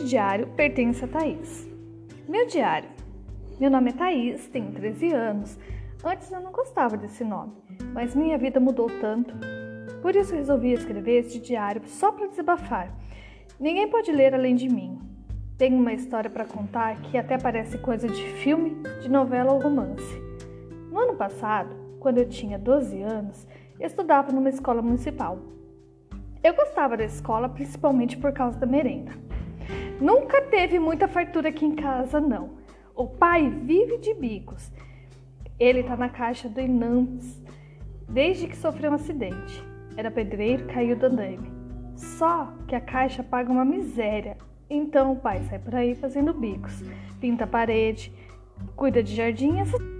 Este diário pertence a Thaís. Meu diário. Meu nome é Thaís, tenho 13 anos. Antes eu não gostava desse nome, mas minha vida mudou tanto. Por isso resolvi escrever este diário só para desabafar. Ninguém pode ler além de mim. Tenho uma história para contar que até parece coisa de filme, de novela ou romance. No ano passado, quando eu tinha 12 anos, eu estudava numa escola municipal. Eu gostava da escola principalmente por causa da merenda. Nunca teve muita fartura aqui em casa, não. O pai vive de bicos. Ele tá na caixa do Inampes desde que sofreu um acidente. Era pedreiro, caiu do andaime. Só que a caixa paga uma miséria. Então o pai sai por aí fazendo bicos. Pinta a parede, cuida de jardim.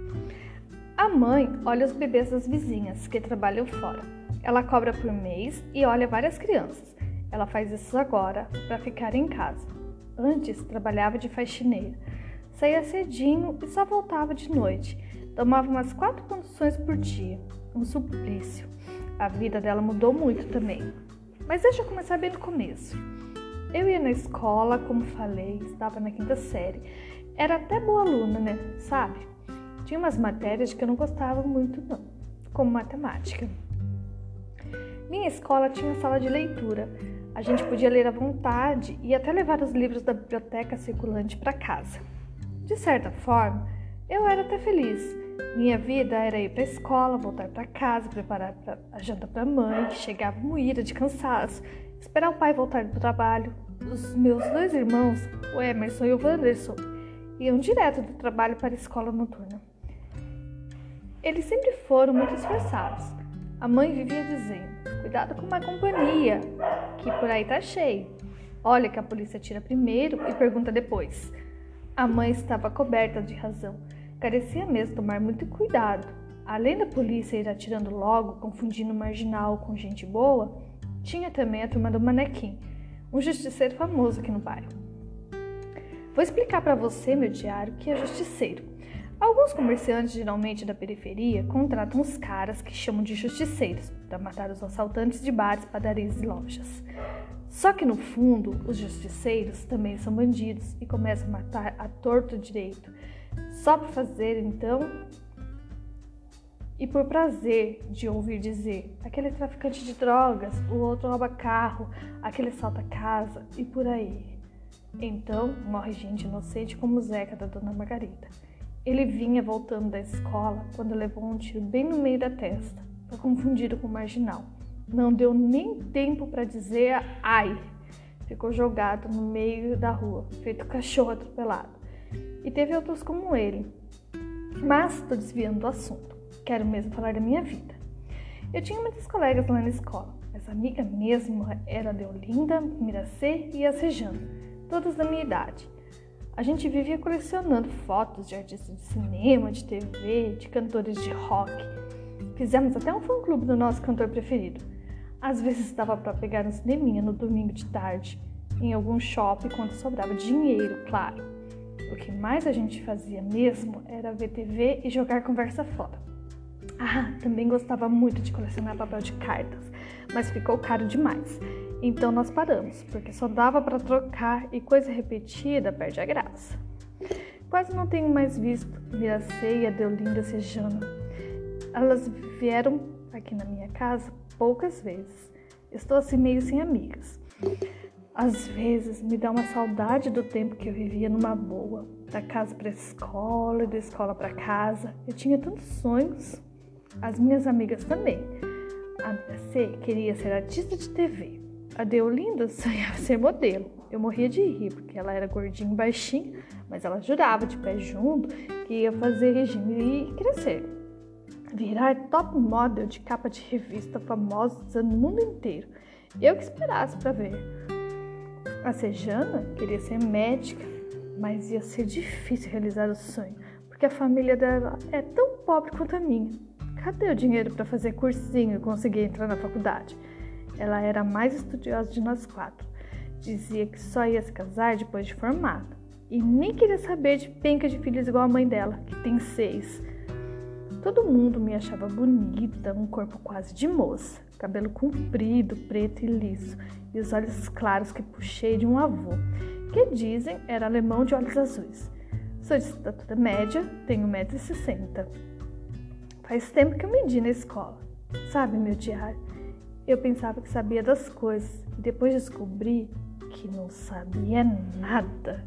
A mãe olha os bebês das vizinhas que trabalham fora. Ela cobra por mês e olha várias crianças. Ela faz isso agora para ficar em casa. Antes trabalhava de faxineira. Saía cedinho e só voltava de noite. Tomava umas 4 conduções por dia. Um suplício. A vida dela mudou muito também. Mas deixa eu começar bem no começo. Eu ia na escola, como falei, estava na 5ª série. Era até boa aluna, né? Sabe? Tinha umas matérias que eu não gostava muito, não. Como matemática. Minha escola tinha sala de leitura. A gente podia ler à vontade e até levar os livros da biblioteca circulante para casa. De certa forma, eu era até feliz. Minha vida era ir para a escola, voltar para casa, preparar a janta para a mãe, que chegava moída de cansaço, esperar o pai voltar do trabalho. Os meus 2 irmãos, o Emerson e o Wanderson, iam direto do trabalho para a escola noturna. Eles sempre foram muito esforçados. A mãe vivia dizendo: cuidado com uma companhia, que por aí tá cheio. Olha que a polícia tira primeiro e pergunta depois. A mãe estava coberta de razão. Carecia mesmo tomar muito cuidado. Além da polícia ir atirando logo, confundindo marginal com gente boa, tinha também a turma do Manequim, um justiceiro famoso aqui no bairro. Vou explicar para você, meu diário, o que é justiceiro. Alguns comerciantes, geralmente da periferia, contratam os caras que chamam de justiceiros para matar os assaltantes de bares, padarias e lojas. Só que no fundo, os justiceiros também são bandidos e começam a matar a torto direito, só para fazer então e por prazer de ouvir dizer: aquele traficante de drogas, o outro rouba carro, aquele assalta casa e por aí. Então morre gente inocente como o Zeca da Dona Margarida. Ele vinha voltando da escola quando levou um tiro bem no meio da testa, foi confundido com o marginal. Não deu nem tempo para dizer ai. Ficou jogado no meio da rua, feito cachorro atropelado. E teve outros como ele. Mas estou desviando do assunto. Quero mesmo falar da minha vida. Eu tinha muitas colegas lá na escola. Essa amiga mesmo era a Deolinda, Miracê e a Sejana, todas da minha idade. A gente vivia colecionando fotos de artistas de cinema, de TV, de cantores de rock. Fizemos até um fã-clube do nosso cantor preferido. Às vezes dava para pegar um cineminha no domingo de tarde, em algum shopping quando sobrava dinheiro, claro. O que mais a gente fazia mesmo era ver TV e jogar conversa fora. Também gostava muito de colecionar papel de cartas, mas ficou caro demais. Então nós paramos, porque só dava para trocar e coisa repetida perde a graça. Quase não tenho mais visto Miracê e a Deolinda Sejana. Elas vieram aqui na minha casa poucas vezes. Estou assim meio sem amigas. Às vezes me dá uma saudade do tempo que eu vivia numa boa, da casa para a escola e da escola para casa. Eu tinha tantos sonhos. As minhas amigas também. A Miracê queria ser artista de TV. A Deolinda sonhava ser modelo. Eu morria de rir, porque ela era gordinha e baixinha, mas ela jurava de pé junto que ia fazer regime e crescer. Virar top model de capa de revista famosa no mundo inteiro. Eu que esperasse para ver. A Sejana queria ser médica, mas ia ser difícil realizar o sonho, porque a família dela é tão pobre quanto a minha. Cadê o dinheiro para fazer cursinho e conseguir entrar na faculdade? Ela era a mais estudiosa de nós 4. Dizia que só ia se casar depois de formada. E nem queria saber de penca de filhos igual a mãe dela, que tem 6. Todo mundo me achava bonita, um corpo quase de moça, cabelo comprido, preto e liso, e os olhos claros que puxei de um avô, que dizem era alemão de olhos azuis. Sou de estatura média, tenho 1,60 m. Faz tempo que eu medi na escola. Sabe, meu diário? Eu pensava que sabia das coisas e depois descobri que não sabia nada.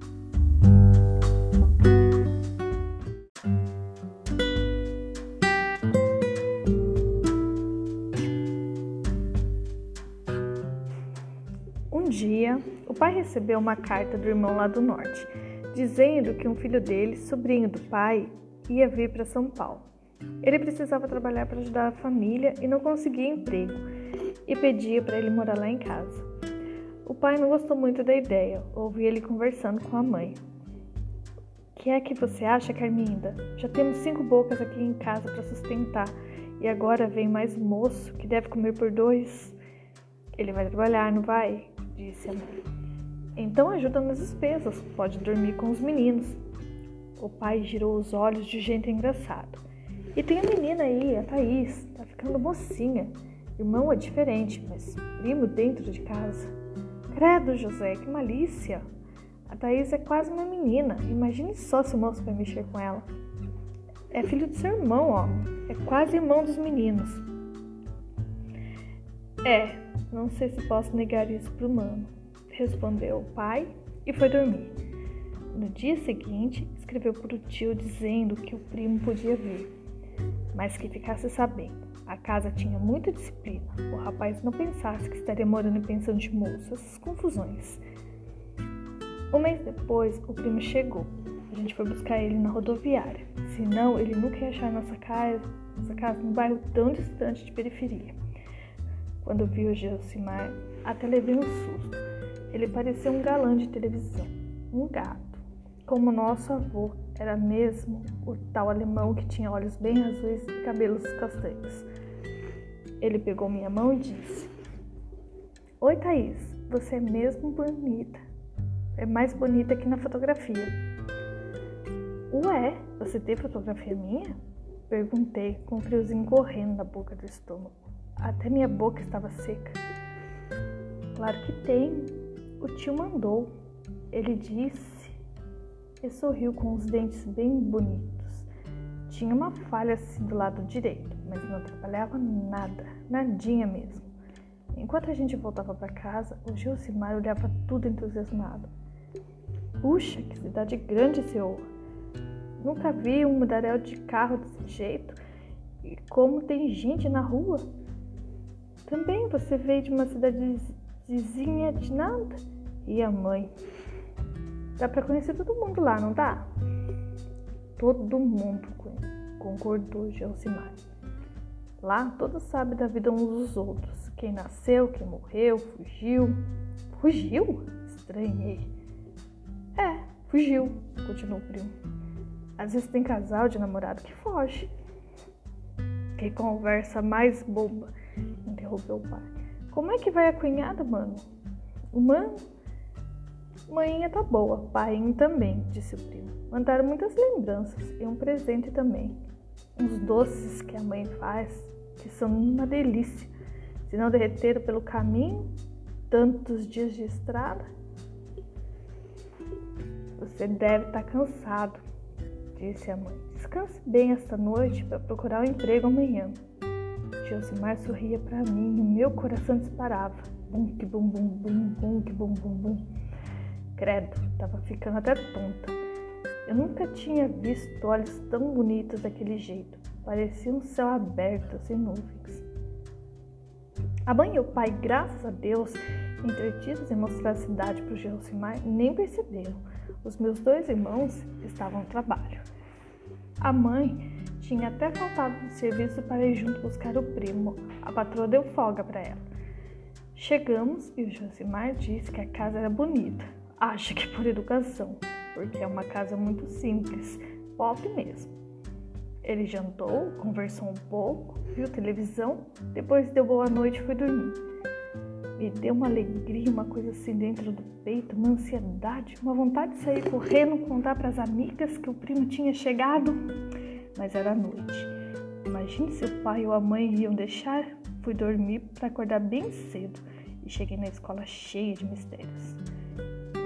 Um dia, o pai recebeu uma carta do irmão lá do norte, dizendo que um filho dele, sobrinho do pai, ia vir para São Paulo. Ele precisava trabalhar para ajudar a família e não conseguia emprego, e pedia para ele morar lá em casa. O pai não gostou muito da ideia, ouvi ele conversando com a mãe. O que é que você acha, Carminda? Já temos 5 bocas aqui em casa para sustentar, e agora vem mais moço que deve comer por 2. Ele vai trabalhar, não vai? Disse a mãe. Então ajuda nas despesas, pode dormir com os meninos. O pai girou os olhos de jeito engraçado. E tem a menina aí, a Thaís, tá ficando mocinha. Irmão é diferente, mas primo dentro de casa. Credo, José, que malícia. A Thaís é quase uma menina, imagine só se o moço vai mexer com ela. É filho do seu irmão, homem, é quase irmão dos meninos. Não sei se posso negar isso pro mano, respondeu o pai e foi dormir. No dia seguinte, escreveu para o tio dizendo que o primo podia vir, mas que ficasse sabendo. A casa tinha muita disciplina, o rapaz não pensasse que estaria morando em pensão de moço, essas confusões. Um mês depois, o primo chegou. A gente foi buscar ele na rodoviária, senão ele nunca ia achar nossa casa num bairro tão distante de periferia. Quando viu o Gelsimar, até levei um susto. Ele parecia um galã de televisão, um gato. Como nosso avô, era mesmo o tal alemão que tinha olhos bem azuis e cabelos castanhos. Ele pegou minha mão e disse: Oi, Thaís, você é mesmo bonita. É mais bonita que na fotografia. Ué, você tem fotografia minha? Perguntei, com um friozinho correndo na boca do estômago. Até minha boca estava seca. Claro que tem. O tio mandou. Ele disse e sorriu com os dentes bem bonitos. Tinha uma falha assim do lado direito, mas não atrapalhava nada, nadinha mesmo. Enquanto a gente voltava para casa, o Gelsimar olhava tudo entusiasmado. Puxa, que cidade grande, senhor! Nunca vi um mudaréu de carro desse jeito. E como tem gente na rua! Também você veio de uma cidadezinha de nada? E a mãe? Dá pra conhecer todo mundo lá, não dá? Todo mundo, concordou Gelsimar. Lá todos sabem da vida uns dos outros. Quem nasceu, quem morreu, fugiu. Fugiu? Estranhei. Fugiu, continuou o primo. Às vezes tem casal de namorado que foge. Que conversa mais boba, interrompeu o pai. Como é que vai a cunhada, mano? Mano? Mãinha tá boa, paiinho também, disse o primo. Mandaram muitas lembranças e um presente também. Uns doces que a mãe faz, que são uma delícia. Se não derreteram pelo caminho, tantos dias de estrada. Você deve estar cansado, disse a mãe. Descanse bem esta noite para procurar um emprego amanhã. Gelsimar sorria para mim e o meu coração disparava. Bum, que bum, bum, bum, bum, que bum, bum, bum. Credo, estava ficando até tonta. Eu nunca tinha visto olhos tão bonitos daquele jeito. Parecia um céu aberto, sem nuvens. A mãe e o pai, graças a Deus, entretidos em mostrar a cidade para o Gelsimar, nem perceberam. Os meus 2 irmãos estavam no trabalho. A mãe tinha até faltado do serviço para ir junto buscar o primo. A patroa deu folga para ela. Chegamos e o Gelsimar disse que a casa era bonita. Acho que por educação, porque é uma casa muito simples, pop mesmo. Ele jantou, conversou um pouco, viu televisão, depois deu boa noite e foi dormir. Me deu uma alegria, uma coisa assim dentro do peito, uma ansiedade, uma vontade de sair correndo, contar para as amigas que o primo tinha chegado. Mas era noite. Imagine se o pai ou a mãe iam deixar. Fui dormir para acordar bem cedo e cheguei na escola cheia de mistérios.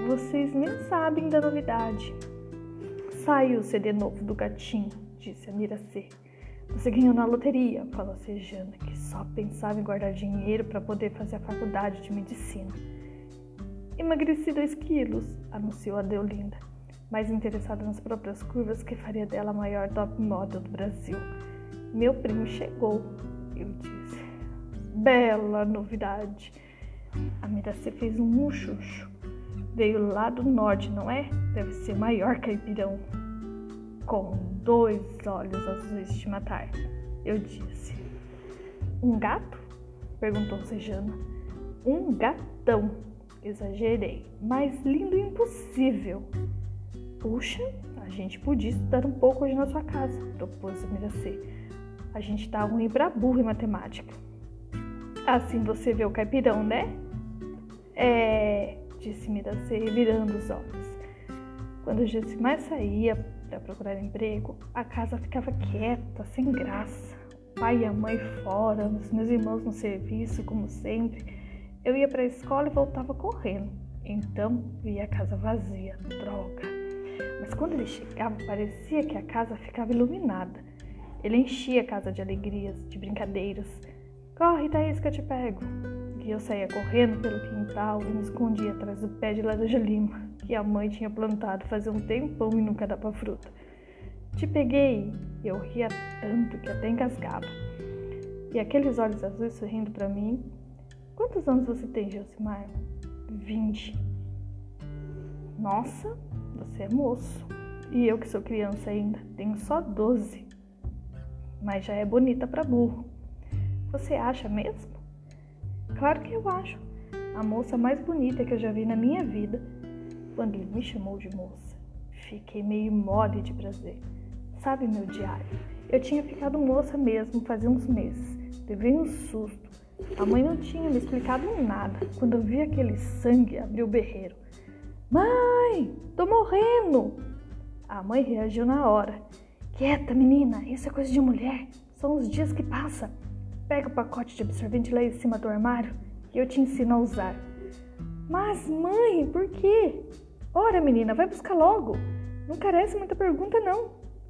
vocês nem sabem da novidade. Saiu o CD novo do Gatinho, disse a Miracê. Você ganhou na loteria, falou a Sejana, que só pensava em guardar dinheiro para poder fazer a faculdade de medicina. Emagreci 2 quilos, anunciou a Deolinda, mais interessada nas próprias curvas que faria dela a maior top model do Brasil. Meu primo chegou, eu disse. Bela novidade. A Miracê fez um muxuxo. Veio lá do norte, não é? Deve ser maior caipirão. Com 2 olhos azuis de matar, eu disse. Um gato? Perguntou Sejana. Um gatão, exagerei, mas lindo impossível. Puxa, a gente podia estudar um pouco hoje na sua casa, propôs a Miracê. A gente tá ruim pra burro em matemática. Assim você vê o caipirão, né? Disse Miracê, virando os olhos. Quando o Josimar saía para procurar emprego, a casa ficava quieta, sem graça. O pai e a mãe fora, os meus irmãos no serviço, como sempre. Eu ia para a escola e voltava correndo. Então, via a casa vazia. Droga! Mas quando ele chegava, parecia que a casa ficava iluminada. Ele enchia a casa de alegrias, de brincadeiras. Corre, Thaís, que eu te pego. E eu saía correndo pelo quintal e me escondia atrás do pé de laranja-lima que a mãe tinha plantado fazia um tempão e nunca dava fruta. Te peguei! Eu ria tanto que até engasgava. E aqueles olhos azuis sorrindo para mim. Quantos anos você tem, Josimar? 20. Nossa, você é moço. E eu que sou criança ainda, tenho só 12. Mas já é bonita para burro. Você acha mesmo? Claro que eu acho. A moça mais bonita que eu já vi na minha vida. Quando ele me chamou de moça, fiquei meio mole de prazer. Sabe, meu diário, eu tinha ficado moça mesmo fazia uns meses. Levei um susto. A mãe não tinha me explicado nada. Quando eu vi aquele sangue, abri o berreiro. Mãe, tô morrendo! A mãe reagiu na hora. Quieta, menina, isso é coisa de mulher. São os dias que passam. Pega o pacote de absorvente lá em cima do armário e eu te ensino a usar. Mas, mãe, por quê? Ora, menina, vai buscar logo. Não carece muita pergunta, não.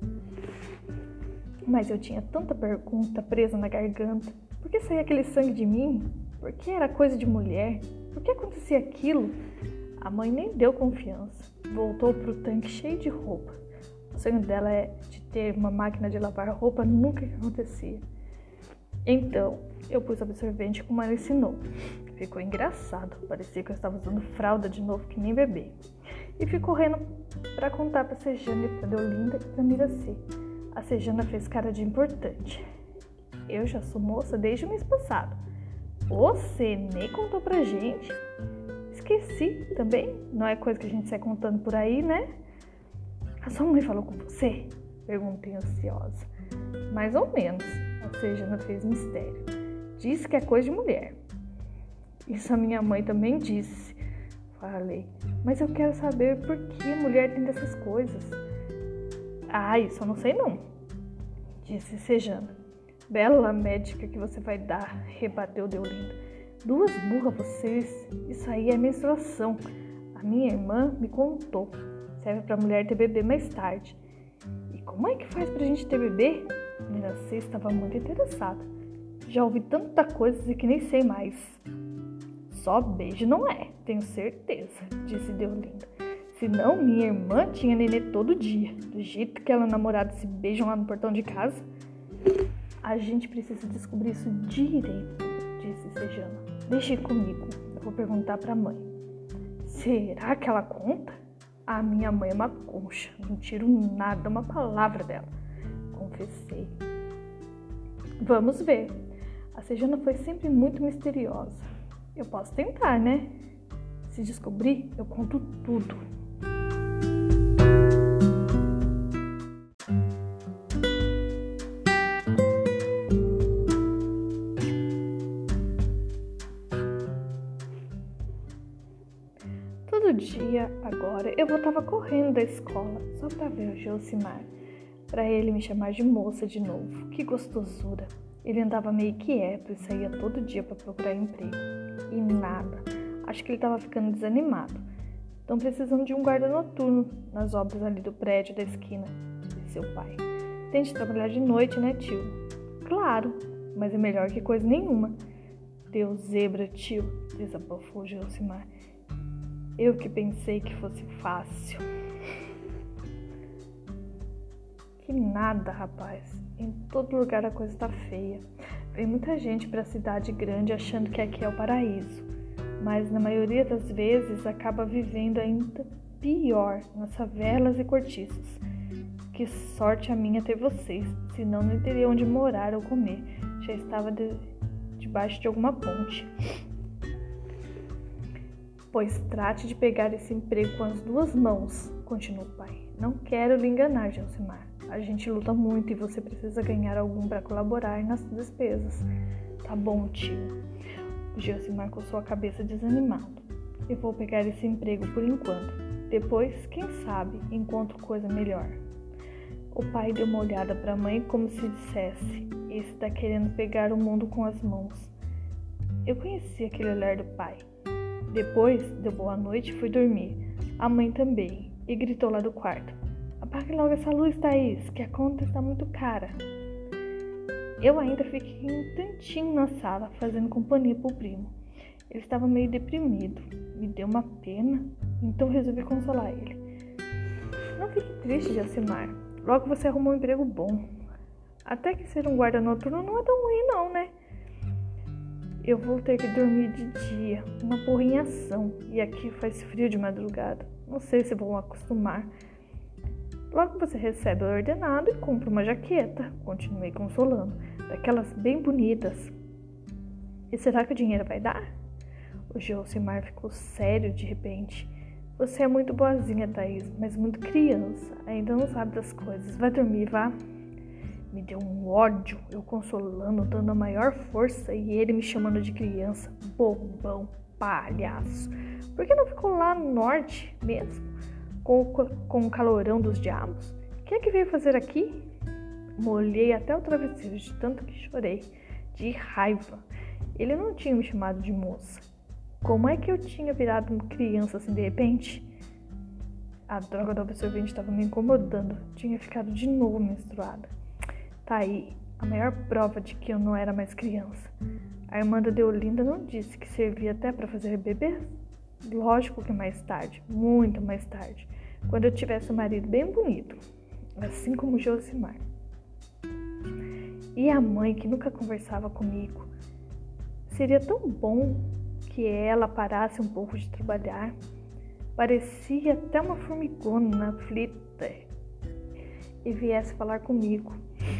Mas eu tinha tanta pergunta presa na garganta. Por que saía aquele sangue de mim? Por que era coisa de mulher? Por que acontecia aquilo? A mãe nem deu confiança. Voltou pro tanque cheio de roupa. O sonho dela é de ter uma máquina de lavar roupa, nunca que acontecia. Então, eu pus absorvente como ela ensinou. Ficou engraçado, parecia que eu estava usando fralda de novo que nem bebê. E fui correndo para contar para Sejana e para Deolinda e para Miracê. A Sejana fez cara de importante. Eu já sou moça desde o mês passado. Você nem contou pra gente. Esqueci também, não é coisa que a gente sai contando por aí, né? A sua mãe falou com você? Perguntei ansiosa. Mais ou menos, a Sejana fez mistério. Disse que é coisa de mulher. Isso a minha mãe também disse. Falei, mas eu quero saber por que mulher tem dessas coisas. Ah, isso eu não sei não, disse Sejana. Bela médica que você vai dar, rebateu Deolinda. 2 burras vocês, isso aí é menstruação. A minha irmã me contou. Serve pra mulher ter bebê mais tarde. E como é que faz pra gente ter bebê? Miracê estava muito interessada. Já ouvi tanta coisa que nem sei mais. Só beijo não é, tenho certeza, disse Deolinda. Senão minha irmã tinha nenê todo dia, do jeito que ela e o namorado se beijam lá no portão de casa. A gente precisa descobrir isso direito, disse Sejana. Deixe comigo, eu vou perguntar pra mãe. Será que ela conta? A minha mãe é uma concha, não tiro nada, uma palavra dela. Confessei. Vamos ver. A Sejana foi sempre muito misteriosa. Eu posso tentar, né? Se descobrir, eu conto tudo. Todo dia, agora, eu voltava correndo da escola só para ver o Josimar, para ele me chamar de moça de novo. Que gostosura! Ele andava meio quieto e saía todo dia para procurar emprego. E nada. Acho que ele estava ficando desanimado. Estão precisando de um guarda noturno nas obras ali do prédio da esquina, disse seu pai. Tente trabalhar de noite, né, tio? Claro, mas é melhor que coisa nenhuma. Deu zebra, tio, desabafou Josimar. Eu que pensei que fosse fácil. Que nada, rapaz. Em todo lugar a coisa tá feia. Vem muita gente pra cidade grande achando que aqui é o paraíso. Mas na maioria das vezes acaba vivendo ainda pior nas favelas e cortiços. Que sorte a minha ter vocês, senão não teria onde morar ou comer. Já estava debaixo de alguma ponte. Pois trate de pegar esse emprego com as 2 mãos, continuou o pai. Não quero lhe enganar, Josimar. A gente luta muito e você precisa ganhar algum para colaborar nas despesas. Tá bom, tio. O Josimar coçou a cabeça desanimado. Eu vou pegar esse emprego por enquanto. Depois, quem sabe, encontro coisa melhor. O pai deu uma olhada para a mãe como se dissesse: esse tá querendo pegar o mundo com as mãos. Eu conheci aquele olhar do pai. Depois, deu boa noite e fui dormir. A mãe também. E gritou lá do quarto: apague logo essa luz, Thaís, que a conta está muito cara. Eu ainda fiquei um tantinho na sala, fazendo companhia pro primo. Ele estava meio deprimido. Me deu uma pena, então resolvi consolar ele. Não fique triste, Josimar. Logo você arrumou um emprego bom. Até que ser um guarda noturno não é tão ruim não, né? Eu vou ter que dormir de dia, uma porrinhação, e aqui faz frio de madrugada. Não sei se vou acostumar. Logo você recebe o ordenado e compra uma jaqueta, continuei consolando, daquelas bem bonitas. E será que o dinheiro vai dar? O Josimar ficou sério de repente. Você é muito boazinha, Thaís, mas muito criança, ainda não sabe das coisas. Vai dormir, vá. Me deu um ódio, eu consolando, dando a maior força e ele me chamando de criança, bobão, palhaço. Por que não ficou lá no norte mesmo, com o calorão dos diabos? Quem é que veio fazer aqui? Molhei até o travesseiro de tanto que chorei, de raiva. Ele não tinha me chamado de moça. Como é que eu tinha virado criança assim de repente? A droga do absorvente estava me incomodando, tinha ficado de novo menstruada. Tá aí, a maior prova de que eu não era mais criança. A irmã da Deolinda não disse que servia até para fazer bebê? Lógico que mais tarde, muito mais tarde, quando eu tivesse um marido bem bonito, assim como o Josimar. E a mãe que nunca conversava comigo. Seria tão bom que ela parasse um pouco de trabalhar. Parecia até uma formigona aflita e viesse falar comigo.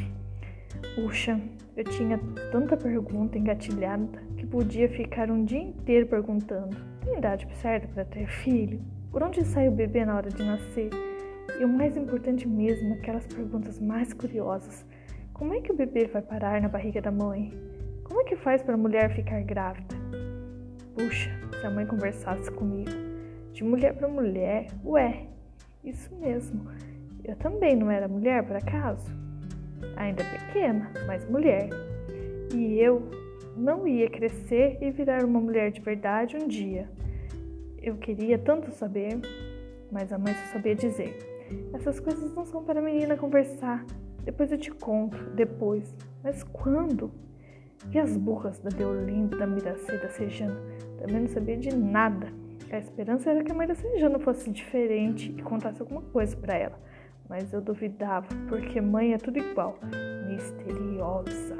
Puxa, eu tinha tanta pergunta engatilhada que podia ficar um dia inteiro perguntando: tem idade certa para ter filho? Por onde sai o bebê na hora de nascer? E o mais importante mesmo, aquelas perguntas mais curiosas: como é que o bebê vai parar na barriga da mãe? Como é que faz para a mulher ficar grávida? Puxa, se a mãe conversasse comigo de mulher para mulher, ué, isso mesmo. Eu também não era mulher, por acaso? Ainda pequena, mas mulher. E eu não ia crescer e virar uma mulher de verdade um dia. Eu queria tanto saber, mas a mãe só sabia dizer: essas coisas não são para a menina conversar. Depois eu te conto, depois. Mas quando? E as burras da Deolinda, da Miracê, da Sejana? Também não sabia de nada. A esperança era que a mãe da Sejana fosse diferente e contasse alguma coisa para ela. Mas eu duvidava, porque mãe é tudo igual, misteriosa.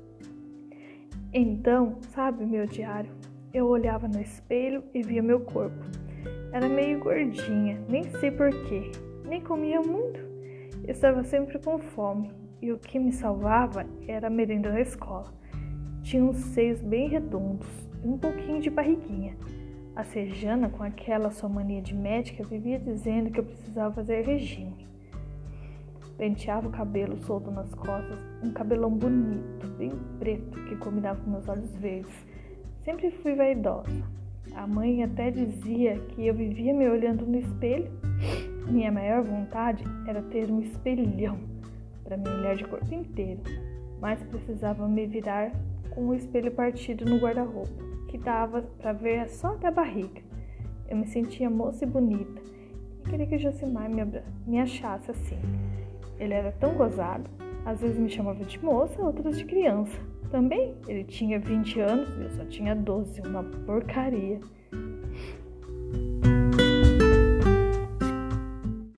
Então, sabe, meu diário, eu olhava no espelho e via meu corpo. Era meio gordinha, nem sei porquê, nem comia muito. Estava sempre com fome e o que me salvava era a merenda da escola. Tinha uns seios bem redondos e um pouquinho de barriguinha. A Sejana, com aquela sua mania de médica, vivia dizendo que eu precisava fazer regime. Penteava o cabelo solto nas costas, um cabelão bonito, bem preto, que combinava com meus olhos verdes. Sempre fui vaidosa. A mãe até dizia que eu vivia me olhando no espelho. Minha maior vontade era ter um espelhão para me olhar de corpo inteiro, mas precisava me virar com um espelho partido no guarda-roupa, que dava para ver só até a barriga. Eu me sentia moça e bonita e queria que Josimar me achasse assim. Ele era tão gozado, às vezes me chamava de moça, outras de criança. Também ele tinha 20 anos e eu só tinha 12, uma porcaria.